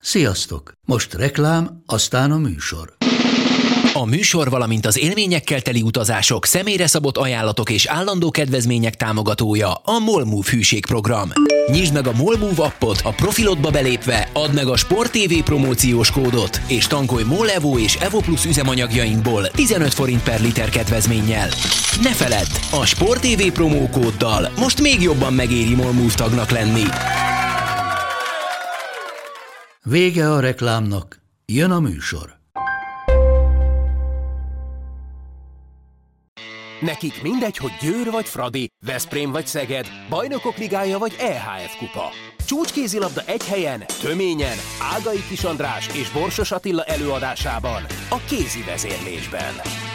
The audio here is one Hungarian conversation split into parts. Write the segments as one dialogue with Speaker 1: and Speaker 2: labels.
Speaker 1: Sziasztok! Most reklám, aztán a műsor.
Speaker 2: A műsor, valamint az élményekkel teli utazások, személyre szabott ajánlatok és állandó kedvezmények támogatója a MOL Move hűségprogram. Nyisd meg a MOL Move appot, a profilodba belépve add meg a Sport TV promóciós kódot, és tankolj MOL Evo és Evo Plus üzemanyagjainkból 15 forint per liter kedvezménnyel. Ne feledd, a Sport TV promókóddal most még jobban megéri MOL Move tagnak lenni.
Speaker 1: Vége a reklámnak, jön a műsor.
Speaker 3: Nekik mindegy, hogy Győr vagy Fradi, Veszprém vagy Szeged, Bajnokok Ligája vagy EHF kupa. Csúcskézilabda egy helyen, töményen, Ágai Kis András és Borsos Attila előadásában, a Kézi Vezérlésben.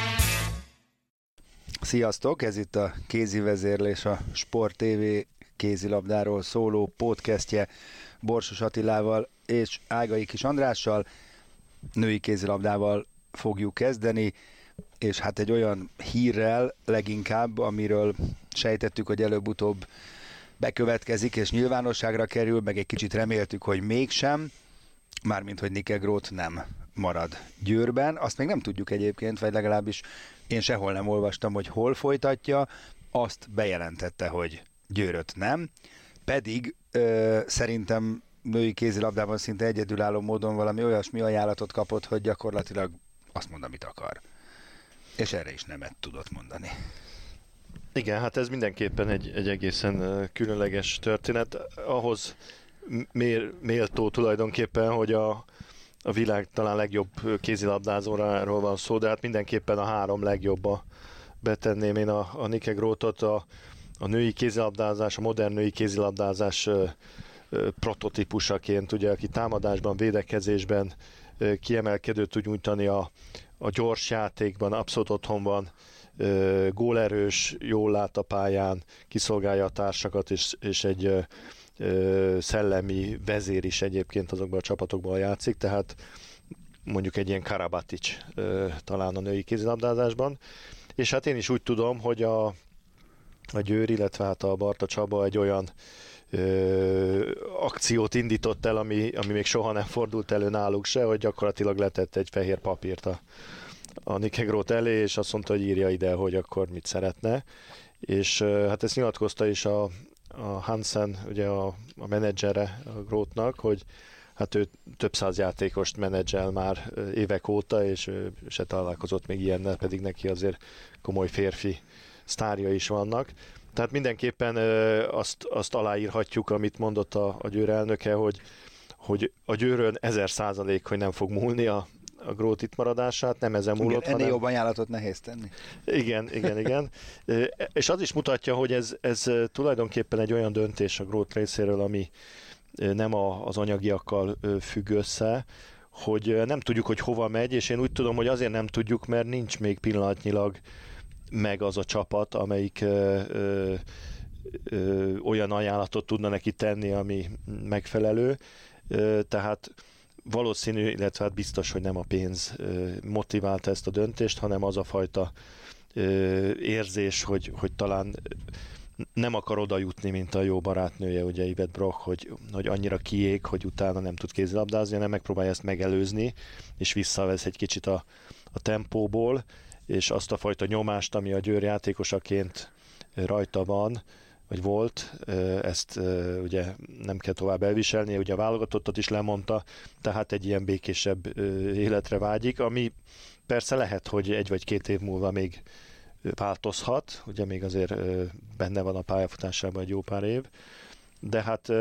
Speaker 4: Sziasztok, ez itt a Kézi Vezérlés, a Sport TV kézilabdáról szóló podcastje Borsos Attilával és Ágai Kis Andrással. Női kézilabdával fogjuk kezdeni, és hát egy olyan hírrel leginkább, amiről sejtettük, hogy előbb-utóbb bekövetkezik és nyilvánosságra kerül, meg egy kicsit reméltük, hogy mégsem, mármint, hogy Nike Groth nem marad Győrben. Azt még nem tudjuk egyébként, vagy legalábbis én sehol nem olvastam, hogy hol folytatja. Azt bejelentette, hogy Győröt nem, pedig szerintem női kézilabdában szinte egyedülálló módon valami olyasmi ajánlatot kapott, hogy gyakorlatilag azt mond, amit akar. És erre is nemet tudott mondani.
Speaker 5: Igen, hát ez mindenképpen egy egészen különleges történet. Ahhoz méltó tulajdonképpen, hogy a világ talán legjobb kézilabdázóráról van szó, de hát mindenképpen a három legjobba betenném én a Nike Grothot, a női kézilabdázás, a modern női kézilabdázás prototípusaként, ugye, aki támadásban, védekezésben kiemelkedőt tud nyújtani a gyors játékban, abszolút otthon van, gólerős, jól lát a pályán, kiszolgálja a társakat, és egy szellemi vezér is egyébként azokban a csapatokban játszik, tehát mondjuk egy ilyen Karabatic talán a női kézilabdázásban. És hát én is úgy tudom, hogy a Győr, illetve hát a Barta Csaba egy olyan akciót indított el, ami még soha nem fordult elő náluk se, hogy gyakorlatilag letett egy fehér papírt a Nike Groth elé, és azt mondta, hogy írja ide, hogy akkor mit szeretne. És hát ezt nyilatkozta is a Hansen, ugye a menedzsere a Grothnak, hogy hát ő több száz játékost menedzsel már évek óta, és ő se találkozott még ilyennel, pedig neki azért komoly férfi sztárja is vannak. Tehát mindenképpen azt aláírhatjuk, amit mondott a Győr elnöke, hogy a Győrön 1000%, hogy nem fog múlni a Groth itt maradását, nem ezen múlott.
Speaker 4: Ennél jobb ajánlatot nehéz tenni.
Speaker 5: Igen. És az is mutatja, hogy ez tulajdonképpen egy olyan döntés a Groth részéről, ami nem az anyagiakkal függ össze, hogy nem tudjuk, hogy hova megy, és én úgy tudom, hogy azért nem tudjuk, mert nincs még pillanatnyilag meg az a csapat, amelyik olyan ajánlatot tudna neki tenni, ami megfelelő. Tehát valószínű, illetve hát biztos, hogy nem a pénz motiválta ezt a döntést, hanem az a fajta érzés, hogy talán nem akar oda jutni, mint a jó barátnője, ugye Yvette Broch, hogy annyira kiég, hogy utána nem tud kézilabdázni, hanem megpróbálja ezt megelőzni, és visszavesz egy kicsit a tempóból, és azt a fajta nyomást, ami a Győr játékosaként rajta van, vagy volt, ezt ugye nem kell tovább elviselnie, ugye a válogatottat is lemondta, tehát egy ilyen békésebb életre vágyik, ami persze lehet, hogy 1 vagy 2 év múlva még változhat, ugye még azért benne van a pályafutásában egy jó pár év, de hát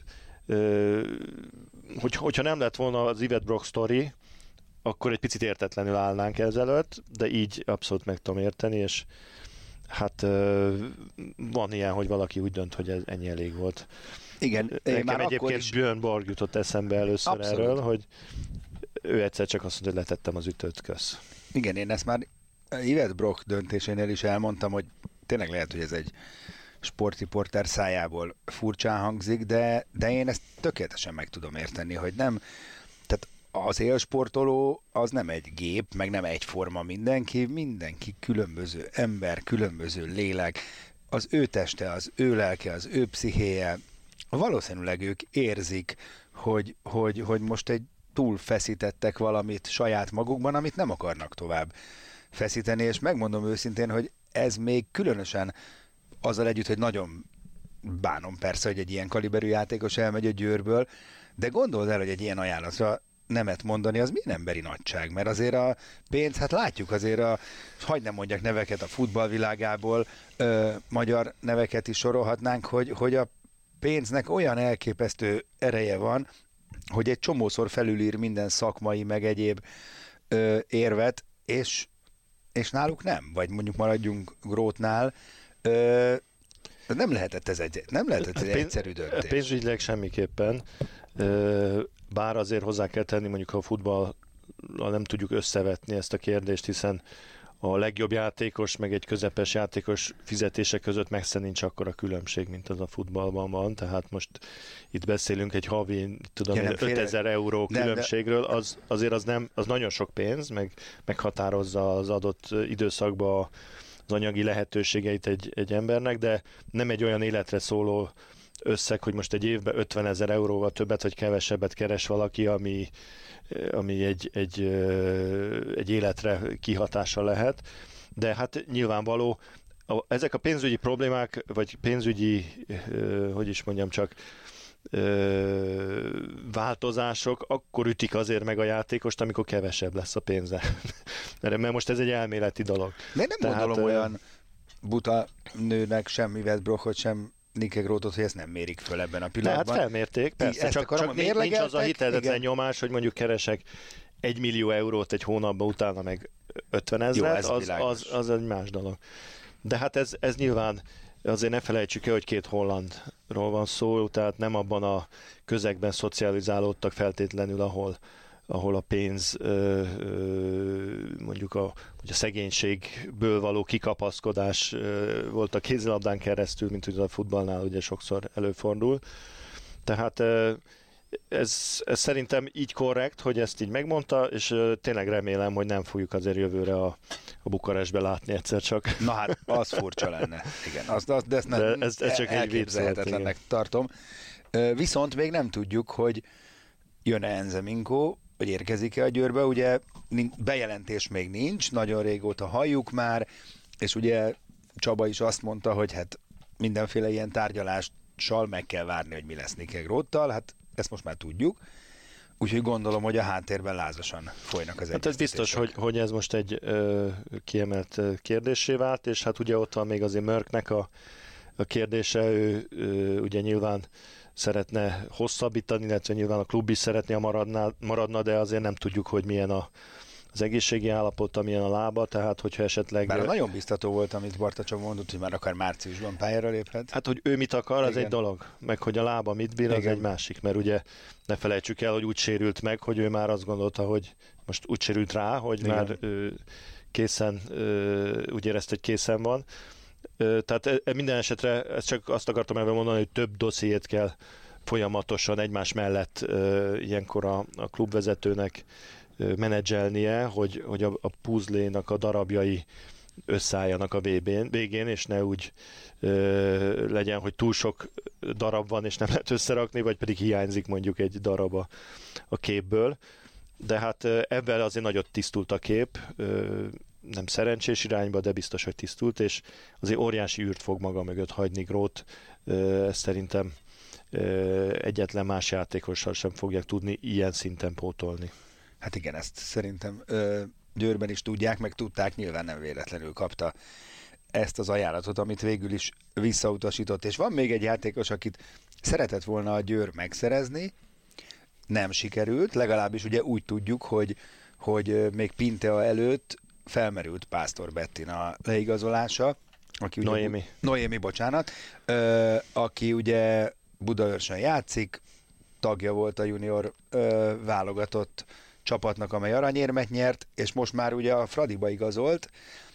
Speaker 5: hogyha nem lett volna az Yvette Broch sztori, akkor egy picit értetlenül állnánk ezelőtt, de így abszolút meg tudom érteni, és hát van ilyen, hogy valaki úgy dönt, hogy ez ennyi elég volt.
Speaker 4: Igen,
Speaker 5: nekem egyébként Björn Borg jutott eszembe először abszolút erről, hogy ő egyszer csak azt mondta, hogy letettem az ütőt, kösz.
Speaker 4: Igen, én ezt már Yvette Broch döntésénél is elmondtam, hogy tényleg lehet, hogy ez egy sportriporter szájából furcsán hangzik, de én ezt tökéletesen meg tudom érteni, hogy nem, tehát az élsportoló az nem egy gép, meg nem egyforma mindenki különböző ember, különböző lélek, az ő teste, az ő lelke, az ő pszichéje, valószínűleg ők érzik, hogy most egy túl feszítettek valamit saját magukban, amit nem akarnak tovább feszíteni, és megmondom őszintén, hogy ez még különösen azzal együtt, hogy nagyon bánom persze, hogy egy ilyen kaliberű játékos elmegy a Győrből, de gondold el, hogy egy ilyen ajánlatra nemet mondani, az milyen emberi nagyság, mert azért a pénz, hát látjuk azért hagyd nem mondjak neveket a futballvilágából, magyar neveket is sorolhatnánk, hogy a pénznek olyan elképesztő ereje van, hogy egy csomószor felülír minden szakmai, meg egyéb érvet, és náluk nem, vagy mondjuk maradjunk Grótnál, nem lehetett ez egy egyszerű döntés.
Speaker 5: Pénzügyileg semmiképpen, bár azért hozzá kell tenni, mondjuk a futballal nem tudjuk összevetni ezt a kérdést, hiszen a legjobb játékos, meg egy közepes játékos fizetése között messze nincs akkora különbség, mint az a futballban van, tehát most itt beszélünk egy havi, 5000 euró különbségről, az nagyon sok pénz, meghatározza az adott időszakban az anyagi lehetőségeit egy embernek, de nem egy olyan életre szóló összeg, hogy most egy évben 50 000 euróval többet vagy kevesebbet keres valaki, ami egy életre kihatással lehet. De hát nyilvánvaló, ezek a pénzügyi problémák, vagy pénzügyi, változások akkor ütik azért meg a játékost, amikor kevesebb lesz a pénze. Mert most ez egy elméleti dolog.
Speaker 4: De nem gondolom olyan buta nőnek sem Yvette Brochot, sem Nike Grothot, hogy ezt nem mérik föl ebben a pillanatban.
Speaker 5: De hát felmérték, persze, csak nincs az a hitelezett nyomás, hogy mondjuk keresek 1 millió eurót egy hónapban, utána meg 50 000, az egy más dolog. De hát ez nyilván, azért ne felejtsük el, hogy 2 hollandról van szó, tehát nem abban a közegben szocializálódtak feltétlenül, ahol a pénz, mondjuk hogy a szegénységből való kikapaszkodás volt a kézilabdán keresztül, mint ugye a futballnál ugye sokszor előfordul. Tehát ez szerintem így korrekt, hogy ezt így megmondta, és tényleg remélem, hogy nem fogjuk azért jövőre a Bukarestbe látni egyszer csak.
Speaker 4: Na hát, az furcsa lenne. Igen, de ezt
Speaker 5: csak egy
Speaker 4: elképzelhetetlennek tartom. Viszont még nem tudjuk, hogy jön-e Enze Minko, hogy érkezik-e a Győrbe, ugye bejelentés még nincs, nagyon régóta halljuk már, és ugye Csaba is azt mondta, hogy hát mindenféle ilyen tárgyalással meg kell várni, hogy mi lesz Nike Grothtal, hát ezt most már tudjuk, úgyhogy gondolom, hogy a háttérben lázasan folynak az egyeztetések.
Speaker 5: Hát ez biztos, hogy ez most egy kiemelt kérdéssé vált, és hát ugye ott van még azért Mörknek a kérdése, ő ugye nyilván szeretne hosszabbítani, illetve nyilván a klub is szeretné, maradna, de azért nem tudjuk, hogy milyen az egészségi állapota, milyen a lába, tehát hogyha esetleg...
Speaker 4: Bár nagyon biztató volt, amit Barta Csaba mondott, hogy már akár márciusban pályára léphet.
Speaker 5: Hát, hogy ő mit akar, az egy dolog, meg hogy a lába mit bír, az egy másik, mert ugye ne felejtsük el, hogy úgy sérült meg, hogy ő már azt gondolta, hogy most úgy sérült rá, hogy már készen, úgy érezte, hogy készen van. Tehát minden esetre ezt csak azt akartam elmondani, hogy több dossziét kell folyamatosan egymás mellett ilyenkor a klubvezetőnek menedzselnie, hogy a puzzlénak a darabjai összeálljanak a végén, és ne úgy legyen, hogy túl sok darab van, és nem lehet összerakni, vagy pedig hiányzik mondjuk egy darab a képből. De hát ebben azért nagyot tisztult a kép, nem szerencsés irányba, de biztos, hogy tisztult, és azért óriási űrt fog maga mögött hagyni Groth. Ezt szerintem egyetlen más játékossal sem fogják tudni ilyen szinten pótolni.
Speaker 4: Hát igen, ezt szerintem Győrben is tudják, meg tudták, nyilván nem véletlenül kapta ezt az ajánlatot, amit végül is visszautasított. És van még egy játékos, akit szeretett volna a Győr megszerezni, nem sikerült, legalábbis ugye úgy tudjuk, hogy még Pintea előtt felmerült Pásztor Bettina leigazolása, aki ugye Noémi, bocsánat, aki ugye Budaörsön játszik, tagja volt a junior válogatott csapatnak, amely aranyérmet nyert, és most már ugye a Fradiba igazolt,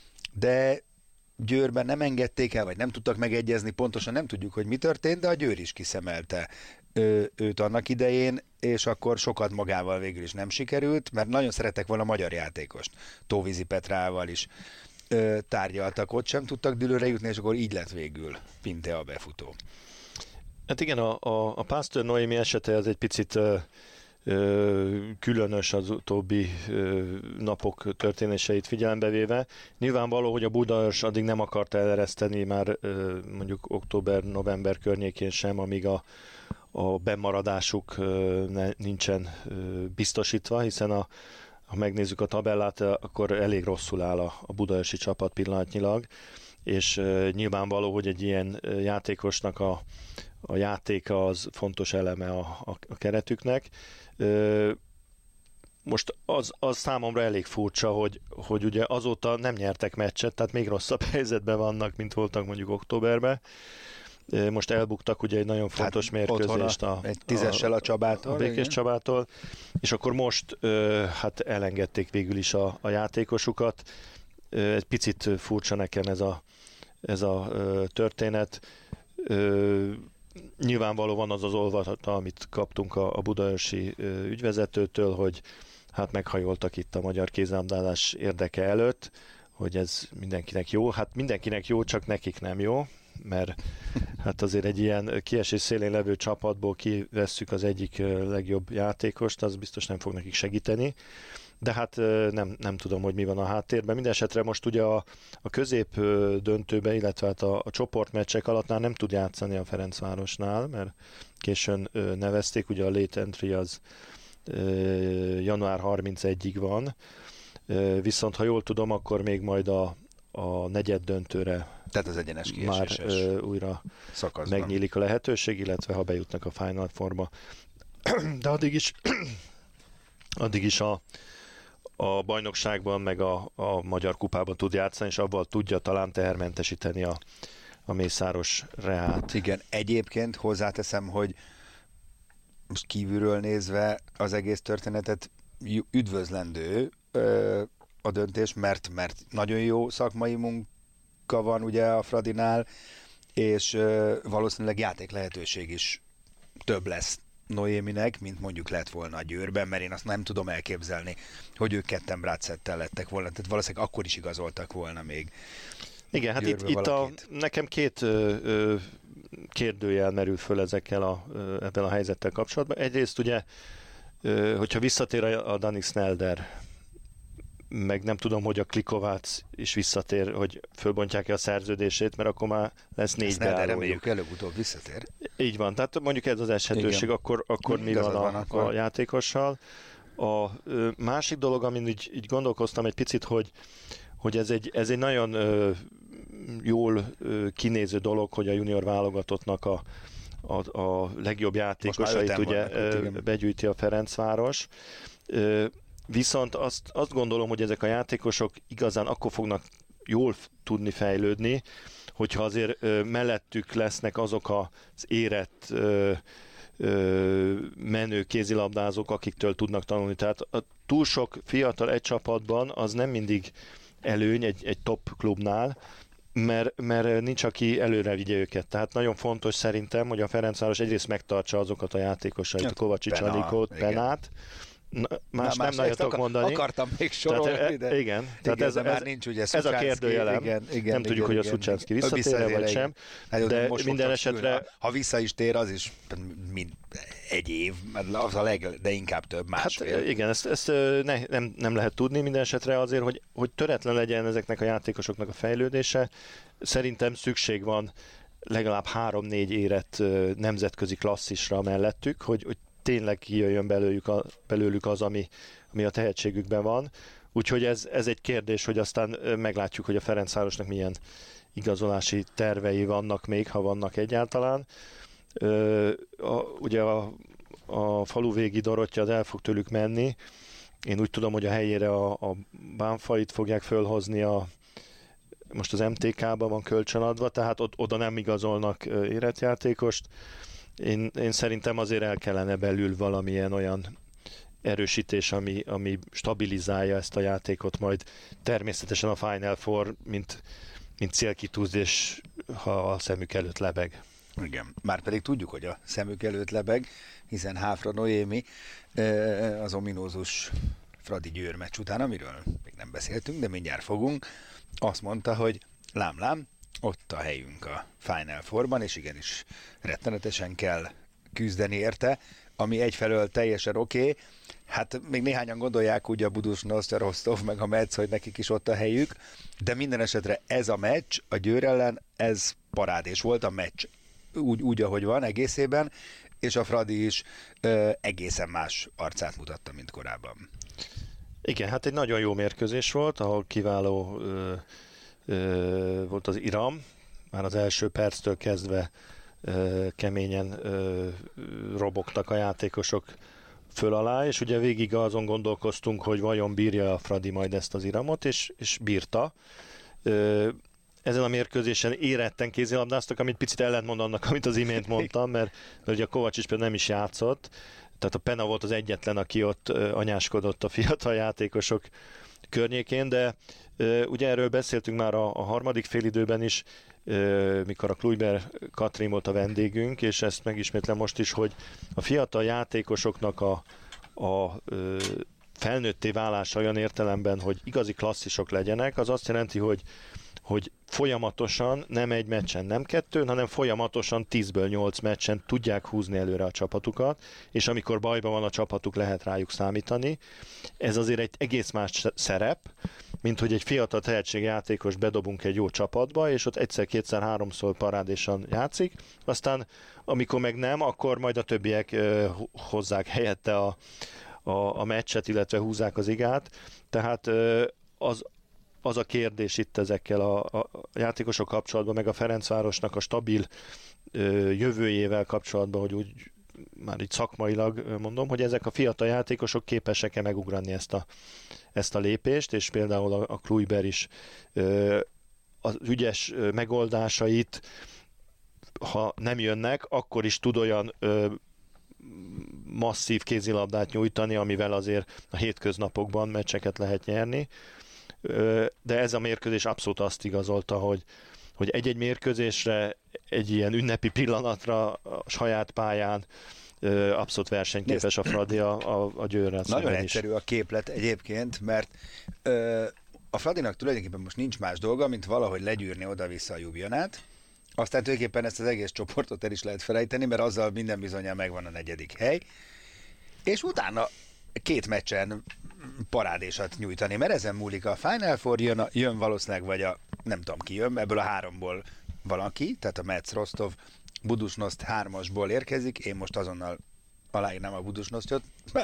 Speaker 4: de Győrben nem engedték el, vagy nem tudtak megegyezni, pontosan nem tudjuk, hogy mi történt, de a Győr is kiszemelte őt annak idején, és akkor sokat magával végül is nem sikerült, mert nagyon szerettek volna magyar játékost. Tóvízi Petrával is tárgyaltak, ott sem tudtak dűlőre jutni, és akkor így lett végül Pintea befutó.
Speaker 5: Hát igen, a Pásztor Noémi esete az egy picit különös az utóbbi napok történéseit figyelembe véve. Nyilvánvaló, hogy a Budaörs addig nem akarta elereszteni már mondjuk október-november környékén sem, amíg a bemaradásuk nincsen biztosítva, hiszen ha megnézzük a tabellát, akkor elég rosszul áll a budaörsi csapat pillanatnyilag, és nyilvánvaló, hogy egy ilyen játékosnak a játéka az fontos eleme a keretüknek. Most az számomra elég furcsa, hogy ugye azóta nem nyertek meccset, tehát még rosszabb helyzetben vannak, mint voltak mondjuk októberben. Most elbuktak ugye egy nagyon fontos mérkőzést
Speaker 4: egy 10-essel a Csabától.
Speaker 5: A Békés Csabától, és akkor most hát elengedték végül is a játékosukat. Egy picit furcsa nekem ez a történet. Nyilvánvaló van az olvasata, amit kaptunk a budaörsi ügyvezetőtől, hogy hát meghajoltak itt a magyar kézilabdázás érdeke előtt, hogy ez mindenkinek jó. Hát mindenkinek jó, csak nekik nem jó, mert hát azért egy ilyen kiesés szélén levő csapatból kivesszük az egyik legjobb játékost, az biztos nem fog nekik segíteni. De hát nem tudom, hogy mi van a háttérben. Mindenesetre most ugye a közép döntőbe, illetve hát a csoportmeccsek alatt nem tud játszani a Ferencvárosnál, mert későn nevezték, ugye a late entry az január 31-ig van, viszont ha jól tudom, akkor még majd a negyed döntőre
Speaker 4: tehát az egyenes
Speaker 5: már újra szakaszban megnyílik a lehetőség, illetve ha bejutnak a Final Fourba. De addig is a bajnokságban, meg a Magyar Kupában tud játszani, és abban tudja talán tehermentesíteni a Mészáros Reált.
Speaker 4: Igen, egyébként hozzáteszem, hogy most kívülről nézve az egész történetet üdvözlendő a döntés, mert nagyon jó szakmai munka van ugye a Fradinál, és valószínűleg játék lehetőség is több lesz Noéminek, mint mondjuk lett volna a Győrben, mert én azt nem tudom elképzelni, hogy ők ketten Bracettel lettek volna, tehát valószínűleg akkor is igazoltak volna még.
Speaker 5: Igen, hát itt nekem két kérdőjel merül föl ebben a helyzettel kapcsolatban. Egyrészt ugye, hogyha visszatér a Dani Sneijder, meg nem tudom, hogy a Klikovác is visszatér, hogy fölbontják-e a szerződését, mert akkor már lesz 4 beállójuk.
Speaker 4: Reméljük, előbb-utóbb visszatér.
Speaker 5: Így van, tehát mondjuk ez az esetőség, akkor mi van a játékossal. A másik dolog, amin így gondolkoztam egy picit, hogy ez egy nagyon jól kinéző dolog, hogy a junior válogatottnak a legjobb játékosait ugye begyűjti a Ferencváros. Viszont azt gondolom, hogy ezek a játékosok igazán akkor fognak jól tudni fejlődni, hogyha azért mellettük lesznek azok az érett menő kézilabdázók, akiktől tudnak tanulni. Tehát a túl sok fiatal egy csapatban az nem mindig előny egy top klubnál, mert nincs, aki előre vigye őket. Tehát nagyon fontos szerintem, hogy a Ferencváros egyrészt megtartsa azokat a játékosait, Kovacsics, Anikót, Penát. Más nem nagyon tudok mondani.
Speaker 4: Akartam még sorolni, de
Speaker 5: igen. Tehát
Speaker 4: már nincs ugye
Speaker 5: ez a kérdőjelem. Nem tudjuk, hogy a Szucsánszki visszatér vagy sem. De minden esetre...
Speaker 4: Ha vissza is tér, az is egy év, az de inkább több, másfél.
Speaker 5: Hát igen, ezt nem lehet tudni minden esetre azért, hogy töretlen legyen ezeknek a játékosoknak a fejlődése. Szerintem szükség van legalább 3-4 érett nemzetközi klasszisra mellettük, hogy tényleg kijöjjön belőlük az, ami a tehetségükben van. Úgyhogy ez egy kérdés, hogy aztán meglátjuk, hogy a Ferencvárosnak milyen igazolási tervei vannak még, ha vannak egyáltalán. Ugye a faluvégi Dorottya az el fog tőlük menni. Én úgy tudom, hogy a helyére a Bánfait fogják fölhozni, most az MTK-ban van kölcsönadva, tehát oda nem igazolnak érett játékost. Én szerintem azért el kellene belül valamilyen olyan erősítés, ami stabilizálja ezt a játékot, majd természetesen a Final Four, mint célkitűzés, ha a szemük előtt lebeg.
Speaker 4: Igen, már pedig tudjuk, hogy a szemük előtt lebeg, hiszen Háfra Noémi az ominózus Fradi Győr meccs után, amiről még nem beszéltünk, de mindjárt fogunk, azt mondta, hogy lám, ott a helyünk a Final Fourban, és igenis rettenetesen kell küzdeni érte, ami egyfelől teljesen oké. Hát még néhányan gondolják úgy a Budućnost, a Rostov, meg a Metsz, hogy nekik is ott a helyük, de minden esetre ez a meccs a Győr ellen, ez parádés volt a meccs úgy ahogy van egészében, és a Fradi is egészen más arcát mutatta, mint korábban.
Speaker 5: Igen, hát egy nagyon jó mérkőzés volt, ahol kiváló volt az iram, már az első perctől kezdve keményen robogtak a játékosok föl alá, és ugye végig azon gondolkoztunk, hogy vajon bírja a Fradi majd ezt az iramot, és bírta. Ezen a mérkőzésen éretten kézilabdáztak, amit picit ellentmond annak, amit az imént mondtam, mert ugye a Kovács is például nem is játszott, tehát a Pena volt az egyetlen, aki ott anyáskodott a fiatal játékosok környékén, de ugye erről beszéltünk már a harmadik félidőben is, mikor a Kluiber Katrin volt a vendégünk, és ezt megismétlem most is, hogy a fiatal játékosoknak a felnőtté válása olyan értelemben, hogy igazi klasszisok legyenek, az azt jelenti, hogy folyamatosan, nem egy meccsen, nem kettőn, hanem folyamatosan 10-ből 8 meccsen tudják húzni előre a csapatukat, és amikor bajban van a csapatuk, lehet rájuk számítani. Ez azért egy egész más szerep, mint hogy egy fiatal tehetségjátékos bedobunk egy jó csapatba, és ott egyszer, kétszer, háromszor parádésan játszik, aztán amikor meg nem, akkor majd a többiek hozzák helyette a meccset, illetve húzzák az igát. Tehát az a kérdés itt ezekkel a játékosok kapcsolatban, meg a Ferencvárosnak a stabil jövőjével kapcsolatban, hogy úgy már így szakmailag mondom, hogy ezek a fiatal játékosok képesek-e megugrani ezt a lépést, és például a Kluiber is az ügyes megoldásait, ha nem jönnek, akkor is tud olyan masszív kézilabdát nyújtani, amivel azért a hétköznapokban meccseket lehet nyerni. De ez a mérkőzés abszolút azt igazolta, hogy egy-egy mérkőzésre, egy ilyen ünnepi pillanatra a saját pályán abszolút versenyképes a Fradi a Győrrel szemben is.
Speaker 4: Nagyon egyszerű a képlet egyébként, mert a Fradinak tulajdonképpen most nincs más dolga, mint valahogy legyűrni oda-vissza a Ljubljanát. Aztán tulajdonképpen ezt az egész csoportot el is lehet felejteni, mert azzal minden bizonnyal megvan a 4. hely. És utána 2 meccsen parádésat nyújtani, mert ezen múlik a Final Four, jön valószínűleg, vagy nem tudom ki jön, ebből a 3-ból valaki, tehát a Metsz, Rostov, Budućnost 3-asból érkezik, én most azonnal aláírnám a Budućnostot,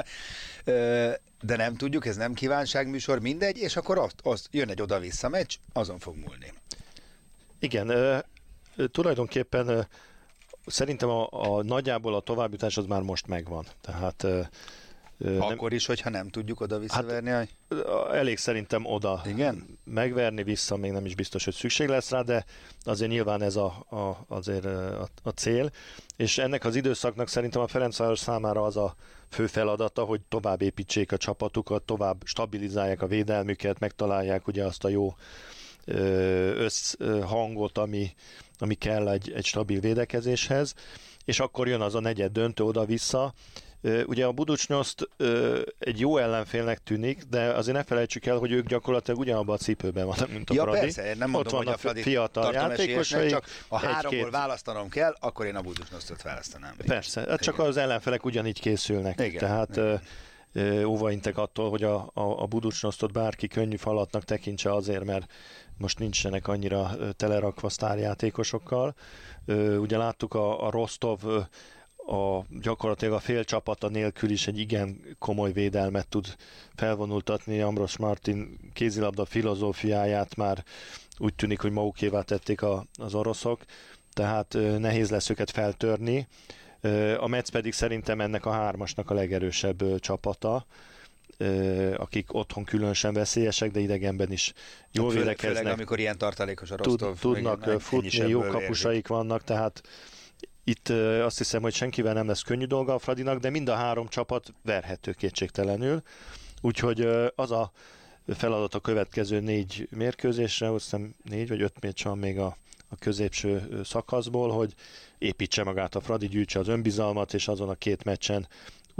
Speaker 4: de nem tudjuk, ez nem kívánságműsor, mindegy, és akkor azt jön egy oda-vissza meccs, azon fog múlni.
Speaker 5: Igen, tulajdonképpen szerintem a nagyjából a továbbjutás az már most megvan, tehát
Speaker 4: akkor is, hogyha nem tudjuk oda visszaverni? Hát,
Speaker 5: elég szerintem oda.
Speaker 4: Igen?
Speaker 5: Megverni vissza, még nem is biztos, hogy szükség lesz rá, de azért nyilván ez azért a cél. És ennek az időszaknak szerintem a Ferencváros számára az a fő feladata, hogy tovább építsék a csapatukat, tovább stabilizálják a védelmüket, megtalálják ugye azt a jó összhangot, ami kell egy stabil védekezéshez, és akkor jön az a negyed döntő oda-vissza. Ugye a Budućnost egy jó ellenfélnek tűnik, de azért ne felejtsük el, hogy ők gyakorlatilag ugyanabban a cipőben vannak, mint a Fradi.
Speaker 4: Persze, nem mondom,
Speaker 5: ott
Speaker 4: hogy a Fradi
Speaker 5: fiatal játékosai,
Speaker 4: csak a 3-ból választanom kell, akkor én a Budućnostot választanám.
Speaker 5: Persze, hát csak az ellenfelek ugyanígy készülnek. Igen, tehát óvaintek attól, hogy a Budućnostot bárki könnyű falatnak tekintse azért, mert most nincsenek annyira telerakva sztárjátékosokkal. Ugye láttuk a Rostov gyakorlatilag a fél csapata nélkül is egy igen komoly védelmet tud felvonultatni. Ambros Martin kézilabda filozófiáját már úgy tűnik, hogy magukévá tették az oroszok, tehát nehéz lesz őket feltörni. A Metsz pedig szerintem ennek a 3-asnak a legerősebb csapata, akik otthon különösen veszélyesek, de idegenben is jól védekeznek.
Speaker 4: Főleg amikor ilyen tartalékos a Rostov.
Speaker 5: Tudnak futni, jó kapusaik vannak, tehát itt azt hiszem, hogy senkivel nem lesz könnyű dolga a Fradinak, de mind a 3 csapat verhető kétségtelenül. Úgyhogy az a feladat a következő 4 mérkőzésre, azt hiszem 4 vagy 5 meccs van még a középső szakaszból, hogy építse magát a Fradi, gyűjtse az önbizalmat, és azon a 2 meccsen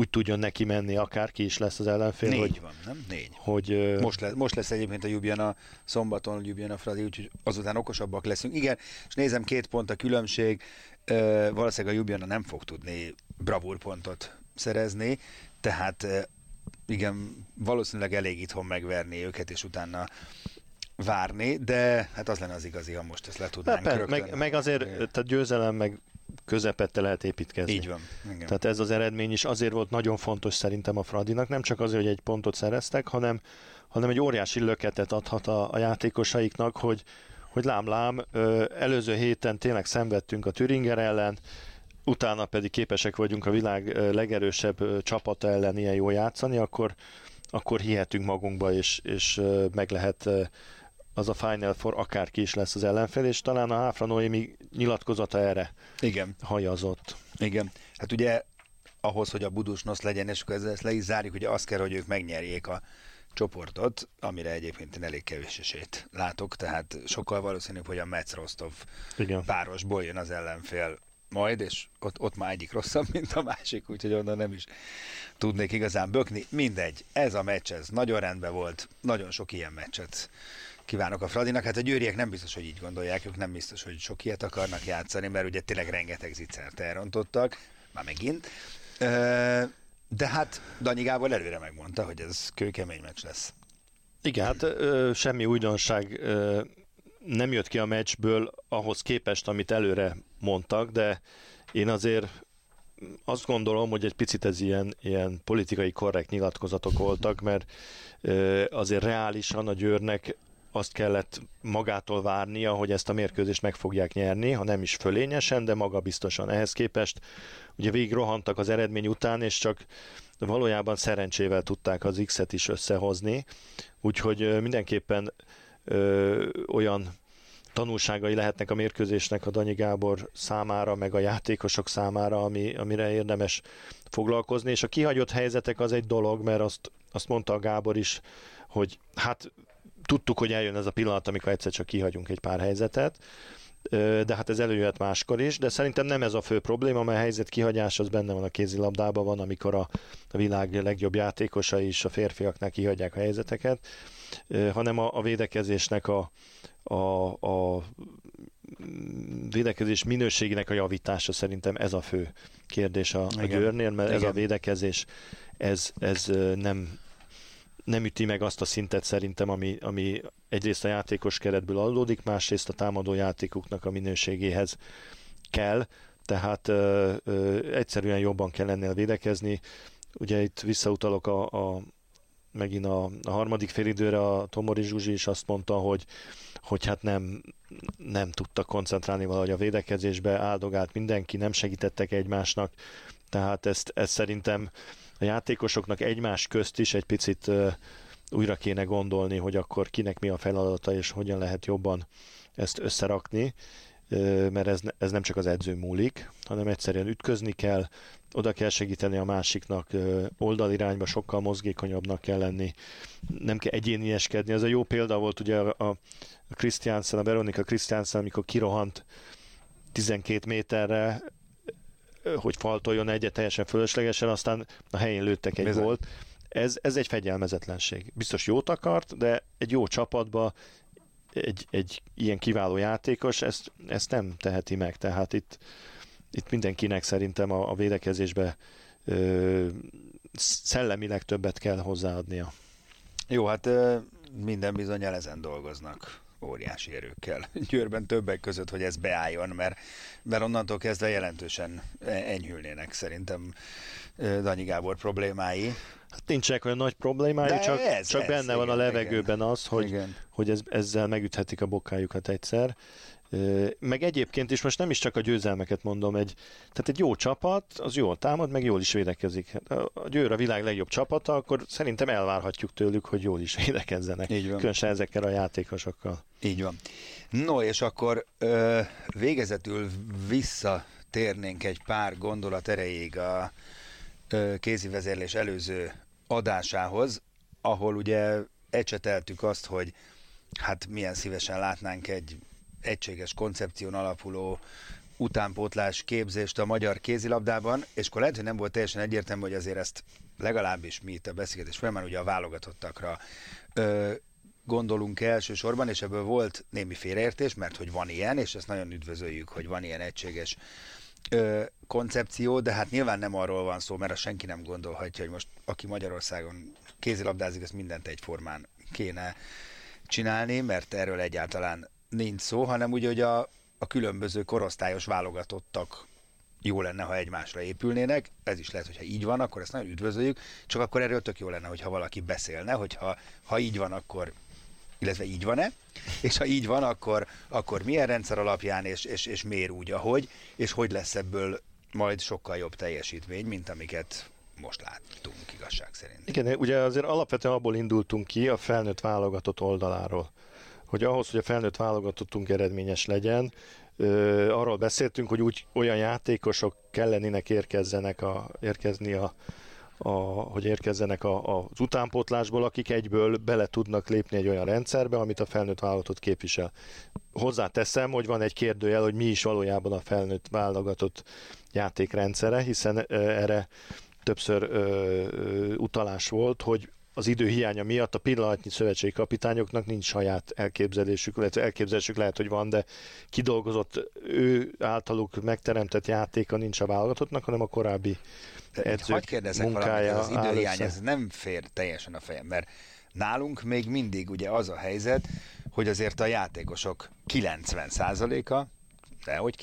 Speaker 5: úgy tudjon neki menni, akárki is lesz az ellenfél.
Speaker 4: 4 van, nem? 4.
Speaker 5: Hogy,
Speaker 4: most lesz egyébként a Ljubljana szombaton, Ljubljana Fradi, úgyhogy azután okosabbak leszünk. Igen, és nézem, 2 pont a különbség, valószínűleg a Ljubljana nem fog tudni bravúrpontot szerezni, tehát igen, valószínűleg elég itthon megverni őket, és utána várni, de hát az lenne az igazi, ha most ezt le tudnánk rögtön.
Speaker 5: Meg azért, tehát győzelem, meg közepette lehet építkezni.
Speaker 4: Így van. Igen.
Speaker 5: Tehát ez az eredmény is azért volt nagyon fontos szerintem a Fradinak, nem csak azért, hogy egy pontot szereztek, hanem egy óriási löketet adhat a játékosaiknak, hogy lám, előző héten tényleg szenvedtünk a Thüringer ellen, utána pedig képesek vagyunk a világ legerősebb csapata ellen ilyen jól játszani, akkor hihetünk magunkba, és meg lehet az a Final Four, akárki is lesz az ellenfél, és talán a Háfra Noémi nyilatkozata erre hajazott.
Speaker 4: Igen. Hát ugye ahhoz, hogy a Budućnost legyen, és akkor ezt le is zárjuk, ugye azt kell, hogy ők megnyerjék a csoportot, amire egyébként én elég kevés esélyt látok, tehát sokkal valószínűbb, hogy a Metz Rostov párosból jön az ellenfél majd, és ott már egyik rosszabb, mint a másik, úgyhogy onnan nem is tudnék igazán bökni. Mindegy, ez a meccs, ez nagyon rendben volt, nagyon sok ilyen meccset kívánok a Fradinak. Hát a győriek nem biztos, hogy így gondolják, ők nem biztos, hogy sok ilyet akarnak játszani, mert ugye tényleg rengeteg zicert elrontottak, már megint. De hát Danyi Gábor előre megmondta, hogy ez kőkemény meccs lesz.
Speaker 5: Igen, hát semmi újdonság nem jött ki a meccsből ahhoz képest, amit előre mondtak, de én azért azt gondolom, hogy egy picit ez ilyen politikai korrekt nyilatkozatok voltak, mert azért reálisan a Győrnek azt kellett magától várnia, hogy ezt a mérkőzést meg fogják nyerni, ha nem is fölényesen, de magabiztosan. Ehhez képest ugye végig rohantak az eredmény után, és csak valójában szerencsével tudták az X-et is összehozni, úgyhogy mindenképpen olyan tanulságai lehetnek a mérkőzésnek a Danyi Gábor számára, meg a játékosok számára, amire érdemes foglalkozni, és a kihagyott helyzetek az egy dolog, mert azt mondta a Gábor is, hogy hát tudtuk, hogy eljön ez a pillanat, amikor egyszer csak kihagyunk egy pár helyzetet, de hát ez előjöhet máskor is, de szerintem nem ez a fő probléma, mert a helyzet kihagyás az benne van a kézilabdában, van, amikor a világ legjobb játékosai is a férfiaknál kihagyják a helyzeteket, hanem a védekezésnek a védekezés minőségének a javítása, szerintem ez a fő kérdés a Győrnél, mert ez a védekezés, ez nem üti meg azt a szintet szerintem, ami egyrészt a játékos keretből adódik, másrészt a támadó játékuknak a minőségéhez kell, tehát egyszerűen jobban kell ennél védekezni. Ugye itt visszautalok megint a harmadik félidőre, a Tomori Zsuzsi is azt mondta, hogy hát nem tudtak koncentrálni valahogy a védekezésbe, áldogált mindenki, nem segítettek egymásnak, tehát ezt szerintem a játékosoknak egymás közt is egy picit újra kéne gondolni, hogy akkor kinek mi a feladata, és hogyan lehet jobban ezt összerakni, mert ez nem csak az edző múlik, hanem egyszerűen ütközni kell, oda kell segíteni a másiknak, oldalirányba sokkal mozgékonyabbnak kell lenni, nem kell egyénieskedni. Ez a jó példa volt ugye a Christiansen, a Veronika Christiansen, amikor kirohant 12 méterre, hogy faltoljon egyet teljesen fölöslegesen, aztán a helyén lőttek egy gólt. Ez egy fegyelmezetlenség. Biztos jót akart, de egy jó csapatba egy ilyen kiváló játékos ezt nem teheti meg. Tehát itt mindenkinek szerintem a védekezésbe szellemileg többet kell hozzáadnia.
Speaker 4: Jó, hát minden bizonnyal ezen dolgoznak óriási erőkkel. Győrben többek között, hogy ez beálljon, mert onnantól kezdve jelentősen enyhülnének szerintem Danyi Gábor problémái.
Speaker 5: Hát nincsenek olyan nagy problémái, csak benne van a levegőben az, hogy ezzel megüthetik a bokájukat egyszer. Meg egyébként is most nem is csak a győzelmeket mondom, tehát egy jó csapat, az jól támad, meg jól is védekezik. A Győr a világ legjobb csapata, akkor szerintem elvárhatjuk tőlük, hogy jól is védekezzenek. Különösen ezekkel a játékosokkal.
Speaker 4: Így van. No, és akkor végezetül visszatérnénk egy pár gondolat erejéig a kézivezérlés előző adásához, ahol ugye ecseteltük azt, hogy hát milyen szívesen látnánk egy egységes koncepción alapuló utánpótlás képzést a magyar kézilabdában, és akkor lehet, hogy nem volt teljesen egyértelmű, hogy azért ezt legalábbis mi itt a beszélgetés folyamán ugye a válogatottakra gondolunk elsősorban, és ebből volt némi félreértés, mert hogy van ilyen, és ezt nagyon üdvözöljük, hogy van ilyen egységes koncepció, de hát nyilván nem arról van szó, mert azt senki nem gondolhatja, hogy most aki Magyarországon kézilabdázik, ezt mindent egyformán kéne csinálni, mert erről egyáltalán nincs szó, hanem úgy, hogy a különböző korosztályos válogatottak jó lenne, ha egymásra épülnének. Ez is lehet, hogyha így van, akkor ezt nagyon üdvözöljük, csak akkor erről tök jó lenne, hogyha valaki beszélne, hogyha így van, akkor, illetve így van-e, és ha így van, akkor milyen rendszer alapján, és miért úgy, ahogy, és hogy lesz ebből majd sokkal jobb teljesítmény, mint amiket most láttunk igazság szerint.
Speaker 5: Igen, ugye azért alapvetően abból indultunk ki a felnőtt válogatott oldaláról, hogy ahhoz, hogy a felnőtt válogatottunk eredményes legyen, arról beszéltünk, hogy olyan játékosok kellenének érkezzenek az utánpótlásból, akik egyből bele tudnak lépni egy olyan rendszerbe, amit a felnőtt válogatott képvisel. Hozzáteszem, hogy van egy kérdőjel, hogy mi is valójában a felnőtt válogatott játékrendszere, hiszen erre többször utalás volt, hogy az idő hiánya miatt a pillanatnyi szövetségi kapitányoknak nincs saját elképzelésük, illetve elképzelésük lehet, hogy van, de kidolgozott ő általuk megteremtett játéka nincs a válogatottnak, hanem a korábbi edzők munkája.
Speaker 4: Az időhiány ez nem fér teljesen a fejem, mert nálunk még mindig ugye az a helyzet, hogy azért a játékosok 90%-a, dehogy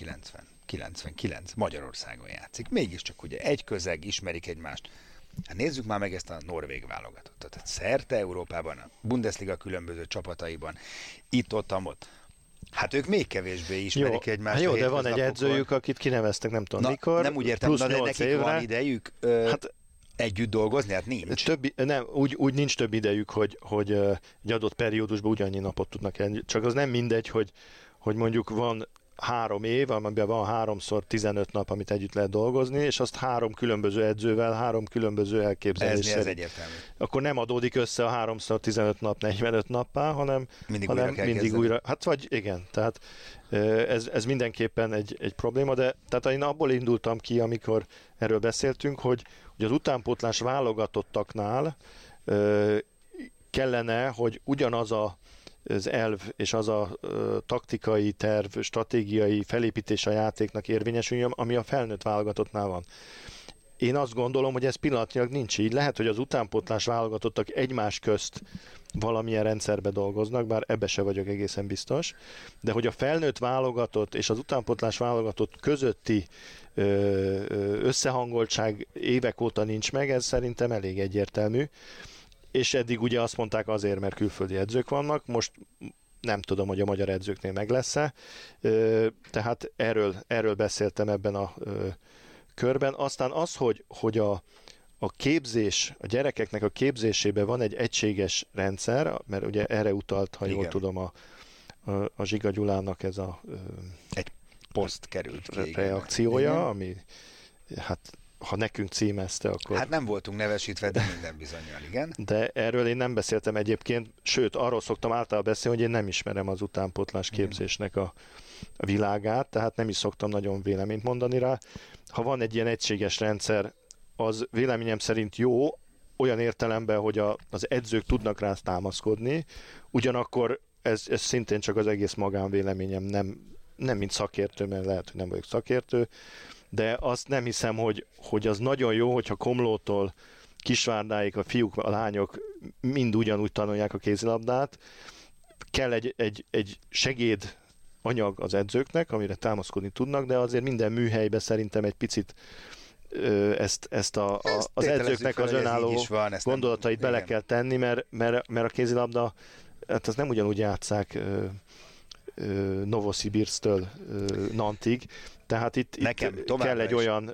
Speaker 4: 99 Magyarországon játszik. Mégiscsak ugye egy közeg, ismerik egymást. Hát nézzük már meg ezt a norvég válogatottat. Tehát szerte Európában, a Bundesliga különböző csapataiban, ott. Hát ők még kevésbé ismerik egymást.
Speaker 5: Hát jó, de van egy edzőjük, akit kineveztek, nem tudom mikor.
Speaker 4: Nem úgy értem, de nekik évre. Van idejük együtt dolgozni? Hát nincs.
Speaker 5: Úgy nincs több idejük, hogy egy adott periódusban ugyannyi napot tudnak elni. Csak az nem mindegy, hogy mondjuk van 3 év, amiben van 3x 15 nap, amit együtt lehet dolgozni, és azt 3 különböző edzővel, 3 különböző elképzelés
Speaker 4: ez egyértelmű.
Speaker 5: Akkor nem adódik össze a 3x 15 nap 45 nappá, hanem mindig újra. Hát vagy igen, tehát ez mindenképpen egy probléma, de tehát én abból indultam ki, amikor erről beszéltünk, hogy az utánpótlás válogatottaknál kellene, hogy ugyanaz az elv és az a taktikai terv, stratégiai felépítés a játéknak érvényesüljön, ami a felnőtt válogatottnál van. Én azt gondolom, hogy ez pillanatnyilag nincs így. Lehet, hogy az utánpótlás válogatottak egymás közt valamilyen rendszerbe dolgoznak, bár ebbe se vagyok egészen biztos, de hogy a felnőtt válogatott és az utánpótlás válogatott közötti összehangoltság évek óta nincs meg, ez szerintem elég egyértelmű. És eddig ugye azt mondták azért, mert külföldi edzők vannak, most nem tudom, hogy a magyar edzőknél meg lesz-e, tehát erről beszéltem ebben a körben. Aztán az, hogy a képzés, a gyerekeknek a képzésében van egy egységes rendszer, mert ugye erre utalt, ha jól tudom, a Zsiga Gyulának ez
Speaker 4: egy poszt került ki,
Speaker 5: reakciója, igen. Ami hát ha nekünk címezte, akkor...
Speaker 4: Hát nem voltunk nevesítve, de minden bizonnyal, igen.
Speaker 5: De erről én nem beszéltem egyébként, sőt, arról szoktam általában beszélni, hogy én nem ismerem az utánpótlás képzésnek a világát, tehát nem is szoktam nagyon véleményt mondani rá. Ha van egy ilyen egységes rendszer, az véleményem szerint jó, olyan értelemben, hogy az edzők tudnak rá támaszkodni, ugyanakkor ez szintén csak az egész magánvéleményem, nem mint szakértő, mert lehet, hogy nem vagyok szakértő, de azt nem hiszem, hogy az nagyon jó, hogyha Komlótól Kisvárdáig a fiúk, a lányok mind ugyanúgy tanulják a kézilabdát. Kell egy segéd anyag az edzőknek, amire támaszkodni tudnak, de azért minden műhelybe szerintem egy picit ezt az edzőknek az önálló gondolatait bele kell tenni, mert a kézilabda, hát az nem ugyanúgy játsszák Novosibirsztől Nantig, tehát itt kell egy olyan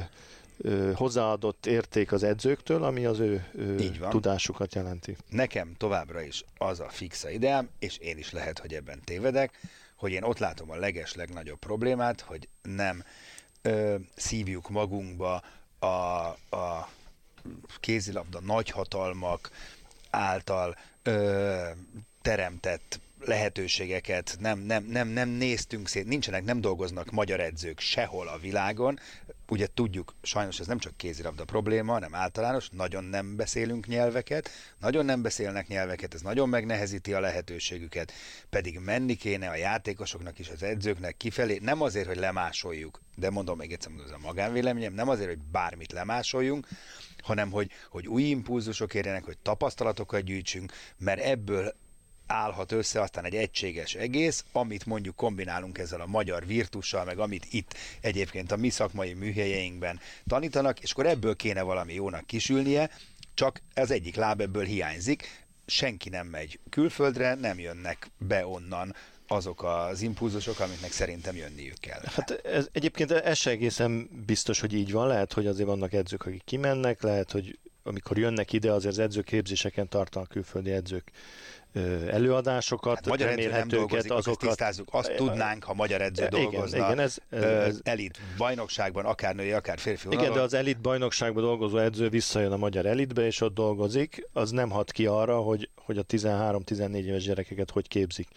Speaker 5: hozzáadott érték az edzőktől, ami az ő tudásukat jelenti.
Speaker 4: Nekem továbbra is az a fixa ideám, és én is lehet, hogy ebben tévedek, hogy én ott látom a legnagyobb problémát, hogy nem szívjuk magunkba a kézilabda nagyhatalmak által teremtett lehetőségeket, nem néztünk szét, nem dolgoznak magyar edzők sehol a világon. Ugye tudjuk, sajnos ez nem csak kézilabda probléma, hanem általános, nagyon nem beszélünk nyelveket, nagyon nem beszélnek nyelveket, ez nagyon megnehezíti a lehetőségüket, pedig menni kéne a játékosoknak és az edzőknek kifelé, nem azért, hogy lemásoljuk, de mondom még egyszer, ez a magánvéleményem, nem azért, hogy bármit lemásoljunk, hanem hogy új impulzusok érjenek, hogy tapasztalatokat gyűjtsünk, mert ebből állhat össze aztán egy egységes egész, amit mondjuk kombinálunk ezzel a magyar virtussal, meg amit itt egyébként a mi szakmai műhelyeinkben tanítanak, és akkor ebből kéne valami jónak kisülnie, csak az egyik láb ebből hiányzik, senki nem megy külföldre, nem jönnek be onnan azok az impulzusok, amiknek szerintem jönniük kell.
Speaker 5: Hát egyébként ez se egészen biztos, hogy így van. Lehet, hogy azért vannak edzők, akik kimennek, lehet, hogy amikor jönnek ide, azért az edzőképzéseken tartanak külföldi edzők előadásokat,
Speaker 4: hát magyar edző nem dolgozik, azokat tisztázzuk. Azt tudnánk, ha magyar edző dolgozna.
Speaker 5: Igen, ez
Speaker 4: elit bajnokságban, akár női, akár férfi vonalon.
Speaker 5: Igen, de az elit bajnokságban dolgozó edző visszajön a magyar elitbe, és ott dolgozik, az nem hat ki arra, hogy a 13-14 éves gyerekeket hogy képzik.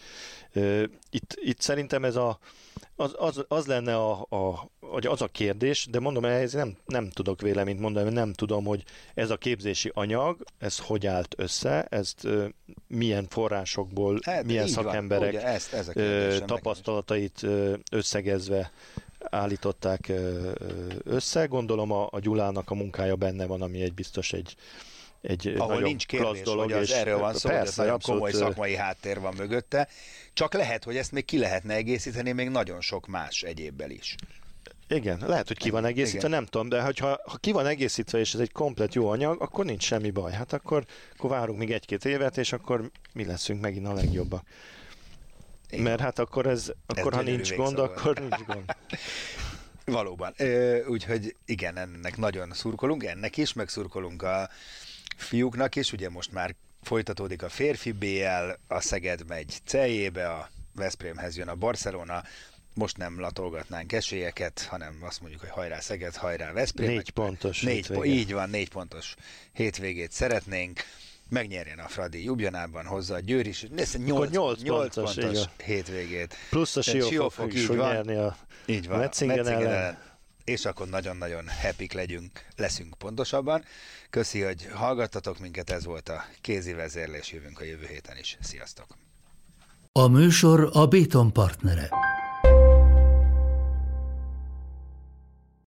Speaker 5: Itt szerintem ez az lenne az a kérdés, de mondom, ehhez nem tudok véleményt mondani, mert nem tudom, hogy ez a képzési anyag, ez hogy állt össze, ezt milyen forrásokból, milyen szakemberek
Speaker 4: ugye, ez a
Speaker 5: tapasztalatait összegezve állították össze. Gondolom a Gyulának a munkája benne van, ami biztos egy
Speaker 4: ahol
Speaker 5: nagyon
Speaker 4: nincs kérdés,
Speaker 5: dolog,
Speaker 4: hogy az erről van szó,
Speaker 5: persze,
Speaker 4: hogy nagyon
Speaker 5: abszolút,
Speaker 4: komoly szakmai háttér van mögötte, csak lehet, hogy ezt még ki lehetne egészíteni még nagyon sok más egyébbel is.
Speaker 5: Igen, lehet, hogy ki van egészítve, nem tudom, de ha ki van egészítve, és ez egy komplet jó anyag, akkor nincs semmi baj. Hát akkor várunk még 1-2 évet, és akkor mi leszünk megint a legjobbak. Igen. Mert hát akkor ha nincs gond, akkor nincs gond.
Speaker 4: Valóban. Úgyhogy igen, ennek nagyon szurkolunk, ennek is, meg szurkolunk a fiúknak is. Ugye most már folytatódik a férfi BL, a Szeged megy Celjébe, a Veszprémhez jön a Barcelona. Most nem latolgatnánk esélyeket, hanem azt mondjuk, hogy hajrá Szeged, hajrá Veszprém.
Speaker 5: 4 pontos
Speaker 4: így van, 4 pontos hétvégét szeretnénk. Megnyerjen a Fradi Ljubljanában, hozzá a Győr is. 8 pontos hétvégét.
Speaker 5: Plusz a Siófok is fog nyerni a Metzingen ellen.
Speaker 4: És akkor nagyon-nagyon happyk leszünk pontosabban. Köszi, hogy hallgattatok minket, ez volt a Kézi Vezérlés, jövünk a jövő héten is. Sziasztok!
Speaker 1: A műsor a Béton partnere.